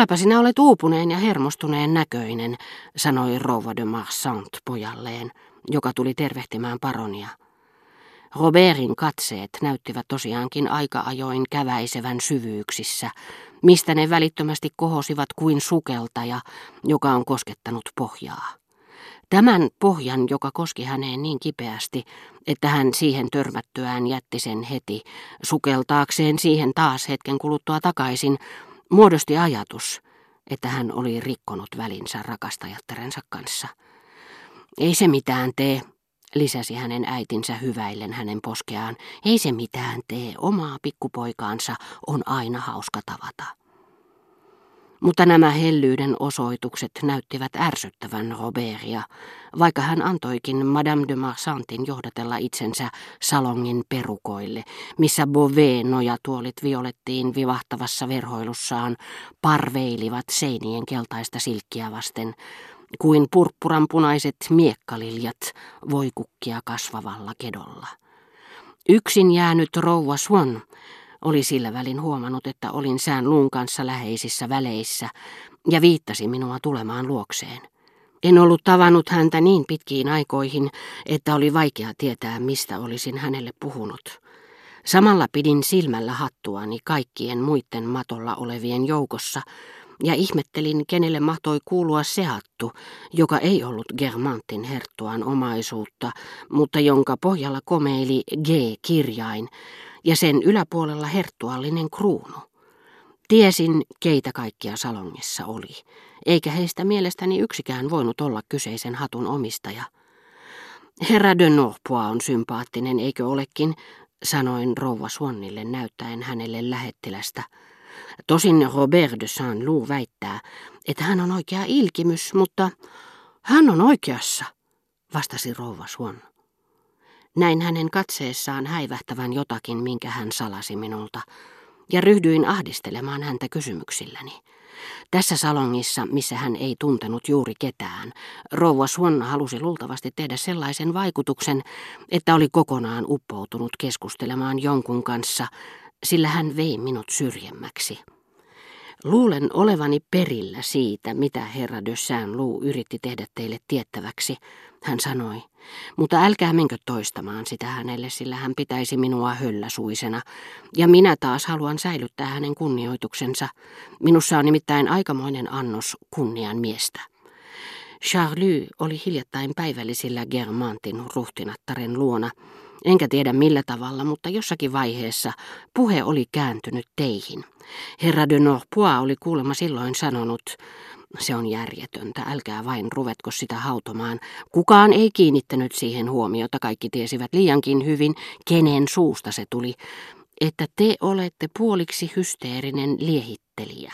Kylläpä sinä olet uupuneen ja hermostuneen näköinen, sanoi rouva de Marsant pojalleen, joka tuli tervehtimään paronia. Robertin katseet näyttivät tosiaankin aika ajoin käväisevän syvyyksissä, mistä ne välittömästi kohosivat kuin sukeltaja, joka on koskettanut pohjaa. Tämän pohjan, joka koski häneen niin kipeästi, että hän siihen törmättyään jätti sen heti, sukeltaakseen siihen taas hetken kuluttua takaisin, muodosti ajatus, että hän oli rikkonut välinsä rakastajattarensa kanssa. Ei se mitään tee, lisäsi hänen äitinsä hyväillen hänen poskeaan. Ei se mitään tee, omaa pikkupoikaansa on aina hauska tavata. Mutta nämä hellyyden osoitukset näyttivät ärsyttävän Robertia, vaikka hän antoikin Madame de Marsantin johdatella itsensä salongin perukoille, missä Beauvais-nojatuolit violettiin vivahtavassa verhoilussaan parveilivat seinien keltaista silkkiä vasten, kuin purppuranpunaiset miekkaliljat voikukkia kasvavalla kedolla. Yksin jäänyt rouva Swan oli sillä välin huomannut, että olin sään luun kanssa läheisissä väleissä ja viittasi minua tulemaan luokseen. En ollut tavannut häntä niin pitkiin aikoihin, että oli vaikea tietää, mistä olisin hänelle puhunut. Samalla pidin silmällä hattuani kaikkien muiden matolla olevien joukossa ja ihmettelin, kenelle mahtoi kuulua se hattu, joka ei ollut Guermantin herttuan omaisuutta, mutta jonka pohjalla komeili G-kirjain ja sen yläpuolella herttuallinen kruunu. Tiesin, keitä kaikkia salongissa oli, eikä heistä mielestäni yksikään voinut olla kyseisen hatun omistaja. Herra de Norpois on sympaattinen, eikö olekin, sanoin rouva Swannille näyttäen hänelle lähettilästä. Tosin Robert de Saint-Loup väittää, että hän on oikea ilkimys, mutta hän on oikeassa, vastasi rouva Swan. Näin hänen katseessaan häivähtävän jotakin, minkä hän salasi minulta, ja ryhdyin ahdistelemaan häntä kysymyksilläni. Tässä salongissa, missä hän ei tuntenut juuri ketään, rouva Swan halusi luultavasti tehdä sellaisen vaikutuksen, että oli kokonaan uppoutunut keskustelemaan jonkun kanssa, sillä hän vei minut syrjemmäksi. Luulen olevani perillä siitä, mitä herra de Saint-Loup yritti tehdä teille tiettäväksi, hän sanoi, mutta älkää menkö toistamaan sitä hänelle, sillä hän pitäisi minua hölläsuisena, ja minä taas haluan säilyttää hänen kunnioituksensa. Minussa on nimittäin aikamoinen annos kunnian miestä. Charlie oli hiljattain päivällisillä Guermantin ruhtinattaren luona, enkä tiedä millä tavalla, mutta jossakin vaiheessa puhe oli kääntynyt teihin. Herra de Norpois oli kuulemma silloin sanonut, se on järjetöntä, älkää vain ruvetko sitä hautomaan. Kukaan ei kiinnittänyt siihen huomiota, kaikki tiesivät liiankin hyvin, kenen suusta se tuli, että te olette puoliksi hysteerinen liehittelijä.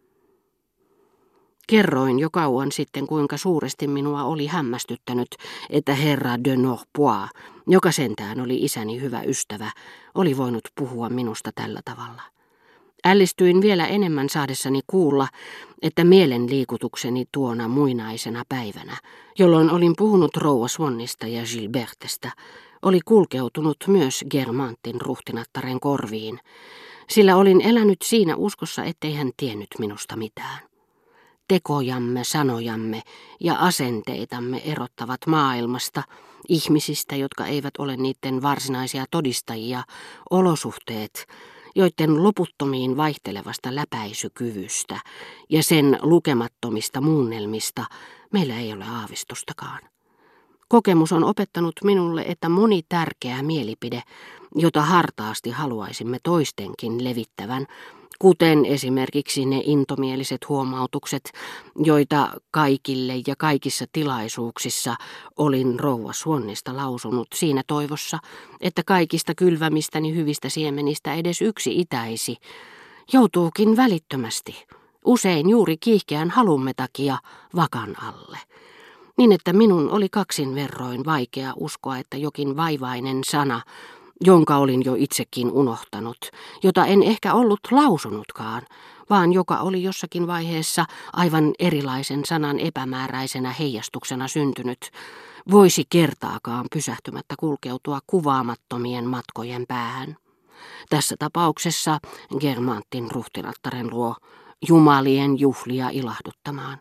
Kerroin jo kauan sitten, kuinka suuresti minua oli hämmästyttänyt, että herra de Norpois, joka sentään oli isäni hyvä ystävä, oli voinut puhua minusta tällä tavalla. Ällistyin vielä enemmän saadessani kuulla, että mielenliikutukseni tuona muinaisena päivänä, jolloin olin puhunut rouva Swannista ja Gilbertestä, oli kulkeutunut myös Guermantin ruhtinattaren korviin, sillä olin elänyt siinä uskossa, ettei hän tiennyt minusta mitään. Tekojamme, sanojamme ja asenteitamme erottavat maailmasta, ihmisistä, jotka eivät ole niiden varsinaisia todistajia, olosuhteet, joiden loputtomiin vaihtelevasta läpäisykyvystä ja sen lukemattomista muunnelmista meillä ei ole aavistustakaan. Kokemus on opettanut minulle, että moni tärkeä mielipide, jota hartaasti haluaisimme toistenkin levittävän, kuten esimerkiksi ne intomieliset huomautukset, joita kaikille ja kaikissa tilaisuuksissa olin rouva Swannista lausunut siinä toivossa, että kaikista kylvämistäni hyvistä siemenistä edes yksi itäisi, joutuukin välittömästi, usein juuri kiihkeän halumme takia, vakan alle. Niin että minun oli kaksin verroin vaikea uskoa, että jokin vaivainen sana, jonka olin jo itsekin unohtanut, jota en ehkä ollut lausunutkaan, vaan joka oli jossakin vaiheessa aivan erilaisen sanan epämääräisenä heijastuksena syntynyt, voisi kertaakaan pysähtymättä kulkeutua kuvaamattomien matkojen päähän. Tässä tapauksessa Guermantin ruhtinattaren luo, jumalien juhlia ilahduttamaan.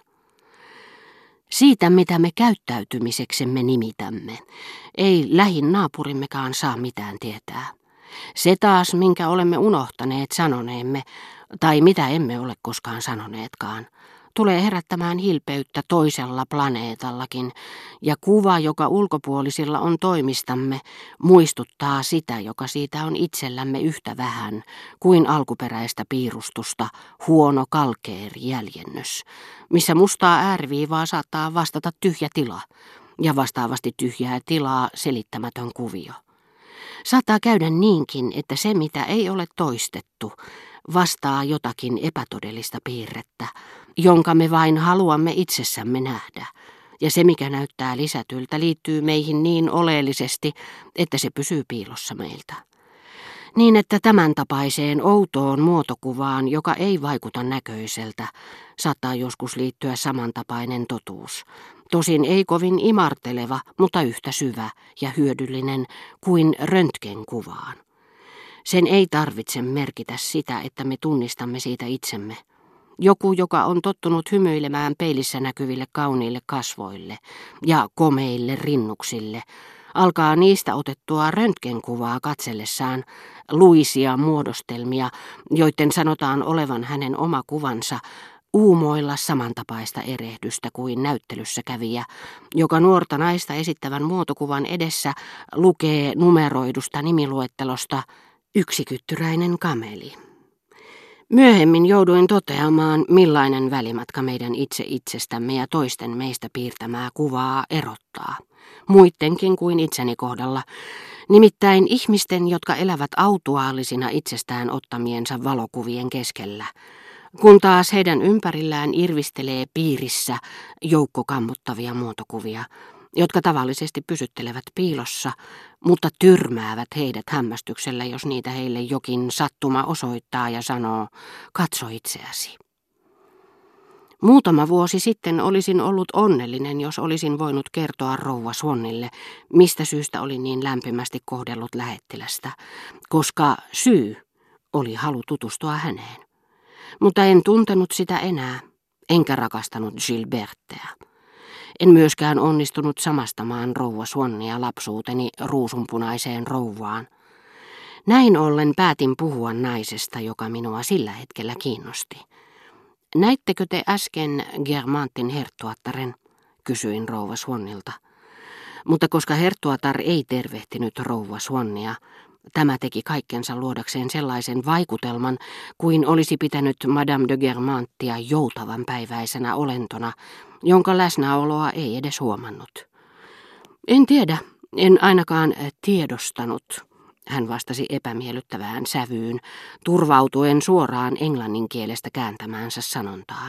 Siitä, mitä me käyttäytymiseksemme nimitämme, ei lähin naapurimmekaan saa mitään tietää. Se taas, minkä olemme unohtaneet sanoneemme, tai mitä emme ole koskaan sanoneetkaan, tulee herättämään hilpeyttä toisella planeetallakin, ja kuva, joka ulkopuolisilla on toimistamme, muistuttaa sitä, joka siitä on itsellämme yhtä vähän kuin alkuperäistä piirustusta, huono kalkeerijäljennös, missä mustaa ääriviivaa saattaa vastata tyhjä tila, ja vastaavasti tyhjää tilaa selittämätön kuvio. Saattaa käydä niinkin, että se, mitä ei ole toistettu, vastaa jotakin epätodellista piirrettä, jonka me vain haluamme itsessämme nähdä, ja se, mikä näyttää lisätyltä, liittyy meihin niin oleellisesti, että se pysyy piilossa meiltä. Niin, että tämän tapaiseen outoon muotokuvaan, joka ei vaikuta näköiseltä, saattaa joskus liittyä samantapainen totuus. Tosin ei kovin imarteleva, mutta yhtä syvä ja hyödyllinen kuin röntgenkuvaan. Sen ei tarvitse merkitä sitä, että me tunnistamme siitä itsemme. Joku, joka on tottunut hymyilemään peilissä näkyville kauniille kasvoille ja komeille rinnuksille, alkaa niistä otettua röntgenkuvaa katsellessaan luisia muodostelmia, joiden sanotaan olevan hänen oma kuvansa, uumoilla samantapaista erehdystä kuin näyttelyssä kävijä, joka nuorta naista esittävän muotokuvan edessä lukee numeroidusta nimiluettelosta yksikyttyräinen kameli. Myöhemmin jouduin toteamaan, millainen välimatka meidän itse itsestämme ja toisten meistä piirtämää kuvaa erottaa, muittenkin kuin itseni kohdalla, nimittäin ihmisten, jotka elävät autuaalisina itsestään ottamiensa valokuvien keskellä, kun taas heidän ympärillään irvistelee piirissä joukko kammottavia muotokuvia, jotka tavallisesti pysyttelevät piilossa, mutta tyrmäävät heidät hämmästyksellä, jos niitä heille jokin sattuma osoittaa ja sanoo, katso itseäsi. Muutama vuosi sitten olisin ollut onnellinen, jos olisin voinut kertoa rouva Swannille, mistä syystä olin niin lämpimästi kohdellut lähettilästä, koska syy oli halu tutustua häneen. Mutta en tuntenut sitä enää, enkä rakastanut Gilbertteä. En myöskään onnistunut samastamaan rouva Swannia lapsuuteni ruusunpunaiseen rouvaan. Näin ollen päätin puhua naisesta, joka minua sillä hetkellä kiinnosti. Näittekö te äsken Guermantin herttuattaren, kysyin rouva Swannilta. Mutta koska herttuatar ei tervehtinyt rouva Swannia, tämä teki kaikkensa luodakseen sellaisen vaikutelman, kuin olisi pitänyt Madame de Guermantia joutavan päiväisenä olentona, jonka läsnäoloa ei edes huomannut. En tiedä, en ainakaan tiedostanut, hän vastasi epämiellyttävään sävyyn, turvautuen suoraan englannin kielestä kääntämäänsä sanontaan.